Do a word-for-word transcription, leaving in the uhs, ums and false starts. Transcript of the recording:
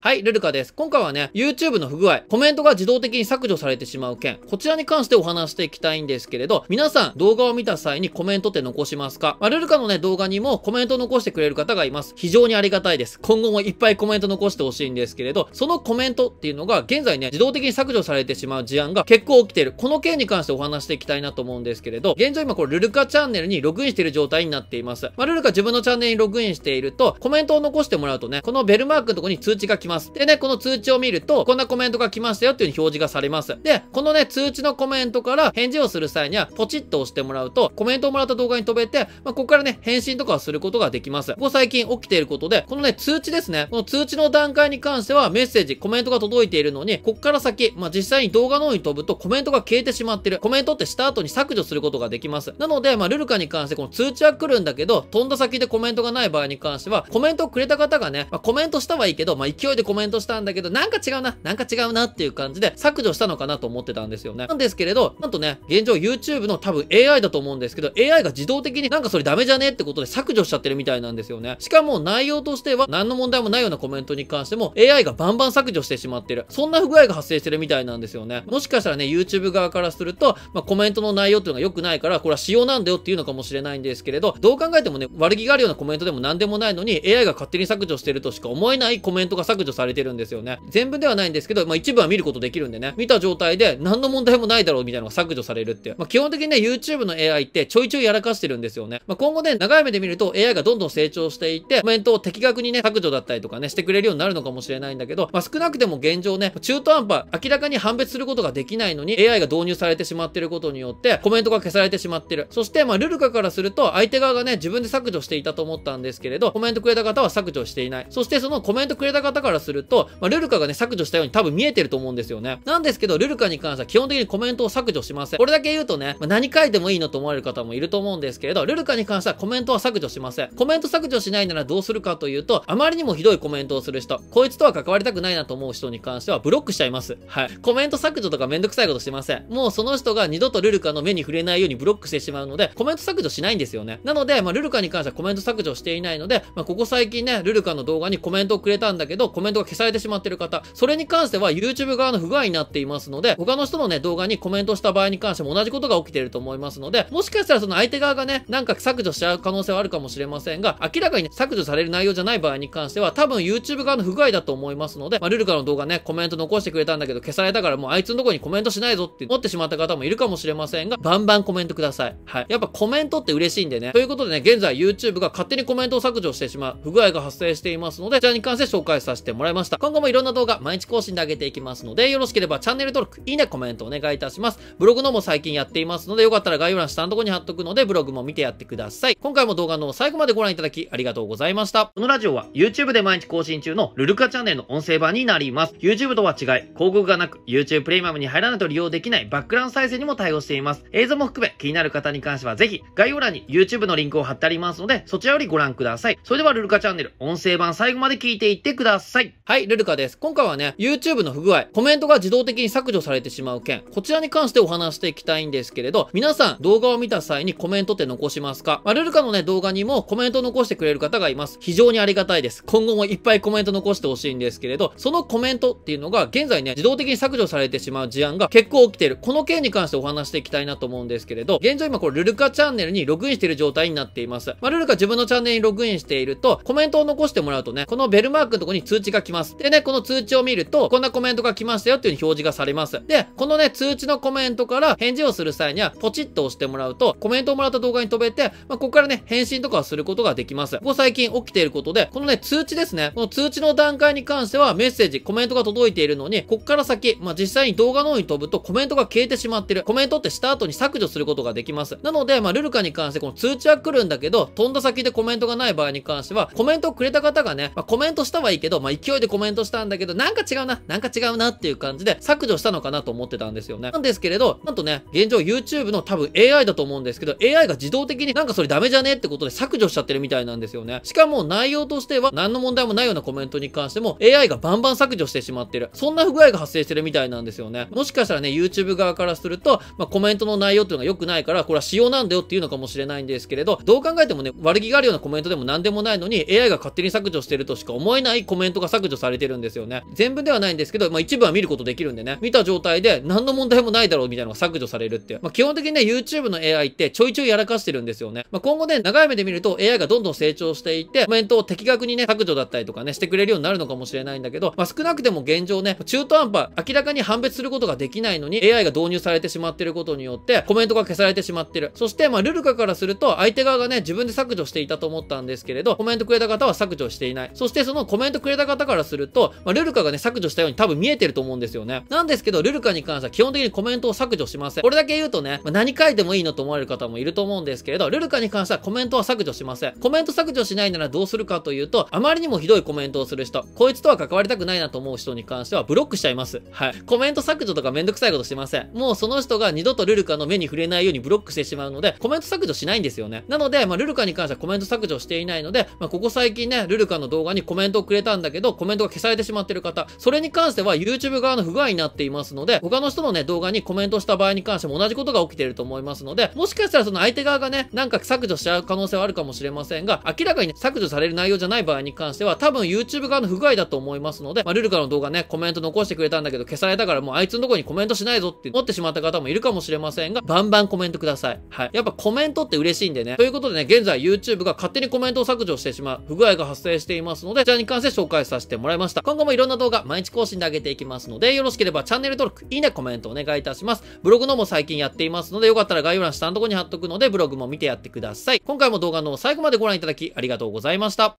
はい、ルルカです。今回はね、YouTube の不具合、コメントが自動的に削除されてしまう件、こちらに関してお話していきたいんですけれど、皆さん動画を見た際にコメントって残しますか？まあ、ルルカのね、動画にもコメントを残してくれる方がいます。非常にありがたいです。今後もいっぱいコメント残してほしいんですけれど、そのコメントっていうのが現在ね、自動的に削除されてしまう事案が結構起きている。この件に関してお話していきたいなと思うんですけれど、現状今これルルカチャンネルにログインしている状態になっています。まあ、ルルカ自分のチャンネルにログインしていると、コメントを残してもらうとね、このベルマークのところに通知が来ます。でね、この通知を見ると、こんなコメントが来ましたよっていう風に表示がされます。で、このね、通知のコメントから返事をする際には、ポチッと押してもらうと、コメントをもらった動画に飛べて、まあ、ここからね、返信とかをすることができます。ここ最近起きていることで、このね、通知ですね。この通知の段階に関しては、メッセージ、コメントが届いているのに、ここから先、まあ、実際に動画の方に飛ぶと、コメントが消えてしまってる。コメントってした後に削除することができます。なので、まあ、ルルカに関して、この通知は来るんだけど、飛んだ先でコメントがない場合に関しては、コメントをくれた方がね、まあ、コメントしたはいいけど、まあ、勢いでコメントしたんだけど、なんか違うな、なんか違うなっていう感じで削除したのかなと思ってたんですよね。なんですけれど、なんとね、現状 YouTube の多分 エーアイ だと思うんですけど、エーアイ が自動的になんかそれダメじゃねってことで削除しちゃってるみたいなんですよね。しかも内容としては何の問題もないようなコメントに関しても エーアイ がバンバン削除してしまってる。そんな不具合が発生してるみたいなんですよね。もしかしたらね、YouTube 側からすると、まあ、コメントの内容っていうのが良くないから、これは仕様なんだよっていうのかもしれないんですけれど、どう考えてもね、悪気があるようなコメントでも何でもないのに エーアイ が勝手に削除してるとしか思えないコメントが削除されてるんですよね。全部ではないんですけど、まあ、一部は見ることできるんでね、見た状態で何の問題もないだろうみたいなのが削除されるっていう。まあ、基本的にね、YouTube の エーアイ ってちょいちょいやらかしてるんですよね。まあ、今後ね、長い目で見ると エーアイ がどんどん成長していて、コメントを的確にね、削除だったりとかね、してくれるようになるのかもしれないんだけど、まあ、少なくても現状ね、中途半端、明らかに判別することができないのに エーアイ が導入されてしまっていることによって、コメントが消されてしまってる。そして、まあ、ルルカからすると、相手側がね、自分で削除していたと思ったんですけれど、コメントくれた方は削除していない。そして、そのコメントくれた方からすると、まあ、ルルカがね、削除したように多分見えてると思うんですよね。なんですけど、ルルカに関しては基本的にコメントを削除しません。これだけ言うとね、まあ、何書いてもいいのと思われる方もいると思うんですけれど、ルルカに関してはコメントは削除しません。コメント削除しないならどうするかというと、あまりにもひどいコメントをする人、こいつとは関わりたくないなと思う人に関してはブロックしちゃいます。はい。コメント削除とかめんどくさいことしてません。もうその人が二度とルルカの目に触れないようにブロックしてしまうので、コメント削除しないんですよね。なので、まあ、ルルカに関してはコメント削除していないので、まあ、ここ最近ね、ルルカの動画にコメントをくれたんだけど、コメントが消されてしまってる方、それに関しては YouTube 側の不具合になっていますので、他の人のね、動画にコメントした場合に関しても同じことが起きていると思いますので、もしかしたらその相手側がね、なんか削除しちゃう可能性はあるかもしれませんが、明らかに、ね、削除される内容じゃない場合に関しては、多分 YouTube 側の不具合だと思いますので、まあ、ルルカの動画ね、コメント残してくれたんだけど、消されたからもうあいつのとこにコメントしないぞって思ってしまった方もいるかもしれませんが、バンバンコメントください。はい。やっぱコメントって嬉しいんでね。ということでね、現在 YouTube が勝手にコメントを削除してしまう不具合が発生していますので、こちらに関して紹介させてもらいました。今後もいろんな動画、毎日更新で上げていきますので、よろしければチャンネル登録、いいね、コメントお願いいたします。ブログのも最近やっていますので、よかったら概要欄下のところに貼っとくので、ブログも見てやってください。今回も動画の最後までご覧いただきありがとうございました。このラジオは YouTube で毎日更新中のルルカチャンネルの音声版になります。YouTube とは違い、広告がなく YouTube プレミアムに入らないと利用できないバックグラウンド再生にも対応しています。映像も含め気になる方に関してはぜひ概要欄に YouTube のリンクを貼ってありますので、そちらよりご覧ください。それではルルカチャンネル音声版最後まで聞いていってください。はい、ルルカです。今回はね、YouTube の不具合、コメントが自動的に削除されてしまう件、こちらに関してお話していきたいんですけれど、皆さん動画を見た際にコメントって残しますか？まあ、ルルカのね、動画にもコメントを残してくれる方がいます。非常にありがたいです。今後もいっぱいコメント残してほしいんですけれど、そのコメントっていうのが現在ね、自動的に削除されてしまう事案が結構起きている。この件に関してお話していきたいなと思うんですけれど、現状今これルルカチャンネルにログインしている状態になっています。まあ、ルルカ自分のチャンネルにログインしていると、コメントを残してもらうとね、このベルマークのところに通知が来ます。でね、この通知を見ると、こんなコメントが来ましたよっていう風に表示がされます。で、このね、通知のコメントから返事をする際には、ポチッと押してもらうと、コメントをもらった動画に飛べて、まあ、ここからね、返信とかをすることができます。ここ最近起きていることで、このね、通知ですね。この通知の段階に関しては、メッセージ、コメントが届いているのに、ここから先、まあ、実際に動画の方に飛ぶとコメントが消えてしまってる。コメントってした後に削除することができます。なので、まあ、ルルカに関してこの通知は来るんだけど、飛んだ先でコメントがない場合に関しては、コメントをくれた方がね、まあ、コメントしたはいいけど、まあ、勢いでコメントしたんだけど、なんか違うな、なんか違うなっていう感じで削除したのかなと思ってたんですよね。なんですけれど、なんとね、現状 YouTube の多分 エーアイ だと思うんですけど、エーアイ が自動的になんかそれダメじゃねってことで削除しちゃってるみたいなんですよね。しかも内容としては何の問題もないようなコメントに関しても エーアイ がバンバン削除してしまってる。そんな不具合が発生してるみたいなんですよね。もしかしたらね、YouTube 側からすると、まあ、コメントの内容っていうのが良くないから、これは仕様なんだよっていうのかもしれないんですけれど、どう考えてもね、悪気があるようなコメントでも何でもないのに エーアイ が勝手に削除してるとしか思えないコメントが削除されてるんですよね。全部ではないんですけど、まあ一部は見ることできるんでね、見た状態で何の問題もないだろうみたいなのが削除されるっていう。まあ基本的にね、YouTube の エーアイ ってちょいちょいやらかしてるんですよね。まあ今後ね、長い目で見ると エーアイ がどんどん成長していて、コメントを的確にね、削除だったりとかね、してくれるようになるのかもしれないんだけど、まあ少なくても現状ね、中途半端、明らかに判別することができないのに エーアイ が導入されてしまっていることによって、コメントが消されてしまってる。そして、まあルルカからすると、相手側がね、自分で削除していたと思ったんですけれど、コメントくれた方は削除していない。そしてそのコメントくれた方からすると、まあ、ルルカがね、削除したように多分見えてると思うんですよね。なんですけど、ルルカに関しては基本的にコメントを削除しません。これだけ言うとね、まあ、何書いてもいいのと思われる方もいると思うんですけれど、ルルカに関してはコメントは削除しません。コメント削除しないならどうするかというと、あまりにもひどいコメントをする人、こいつとは関わりたくないなと思う人に関してはブロックしちゃいます。はい。コメント削除とかめんどくさいことしません。もうその人が二度とルルカの目に触れないようにブロックしてしまうので、コメント削除しないんですよね。なので、まあ、ルルカに関してはコメント削除していないので、まあ、ここ最近ね、ルルカの動画にコメントをくれたんだけど、コメントが消されてしまっている方、それに関しては YouTube 側の不具合になっていますので、他の人のね、動画にコメントした場合に関しても同じことが起きていると思いますので、もしかしたらその相手側がね、なんか削除しちゃう可能性はあるかもしれませんが、明らかに、ね、削除される内容じゃない場合に関しては、多分 YouTube 側の不具合だと思いますので、まあ、ルルカの動画ね、コメント残してくれたんだけど、消されたからもうあいつのとこにコメントしないぞって思ってしまった方もいるかもしれませんが、バンバンコメントください。はい。やっぱコメントって嬉しいんでね。ということでね、現在 YouTube が勝手にコメントを削除してしまう不具合が発生していますので、こちらに関して紹介させてもらいました。今後もいろんな動画毎日更新で上げていきますので、よろしければチャンネル登録、いいね、コメントお願いいたします。ブログのも最近やっていますので、よかったら概要欄下のところに貼っとくので、ブログも見てやってください。今回も動画の最後までご覧いただきありがとうございました。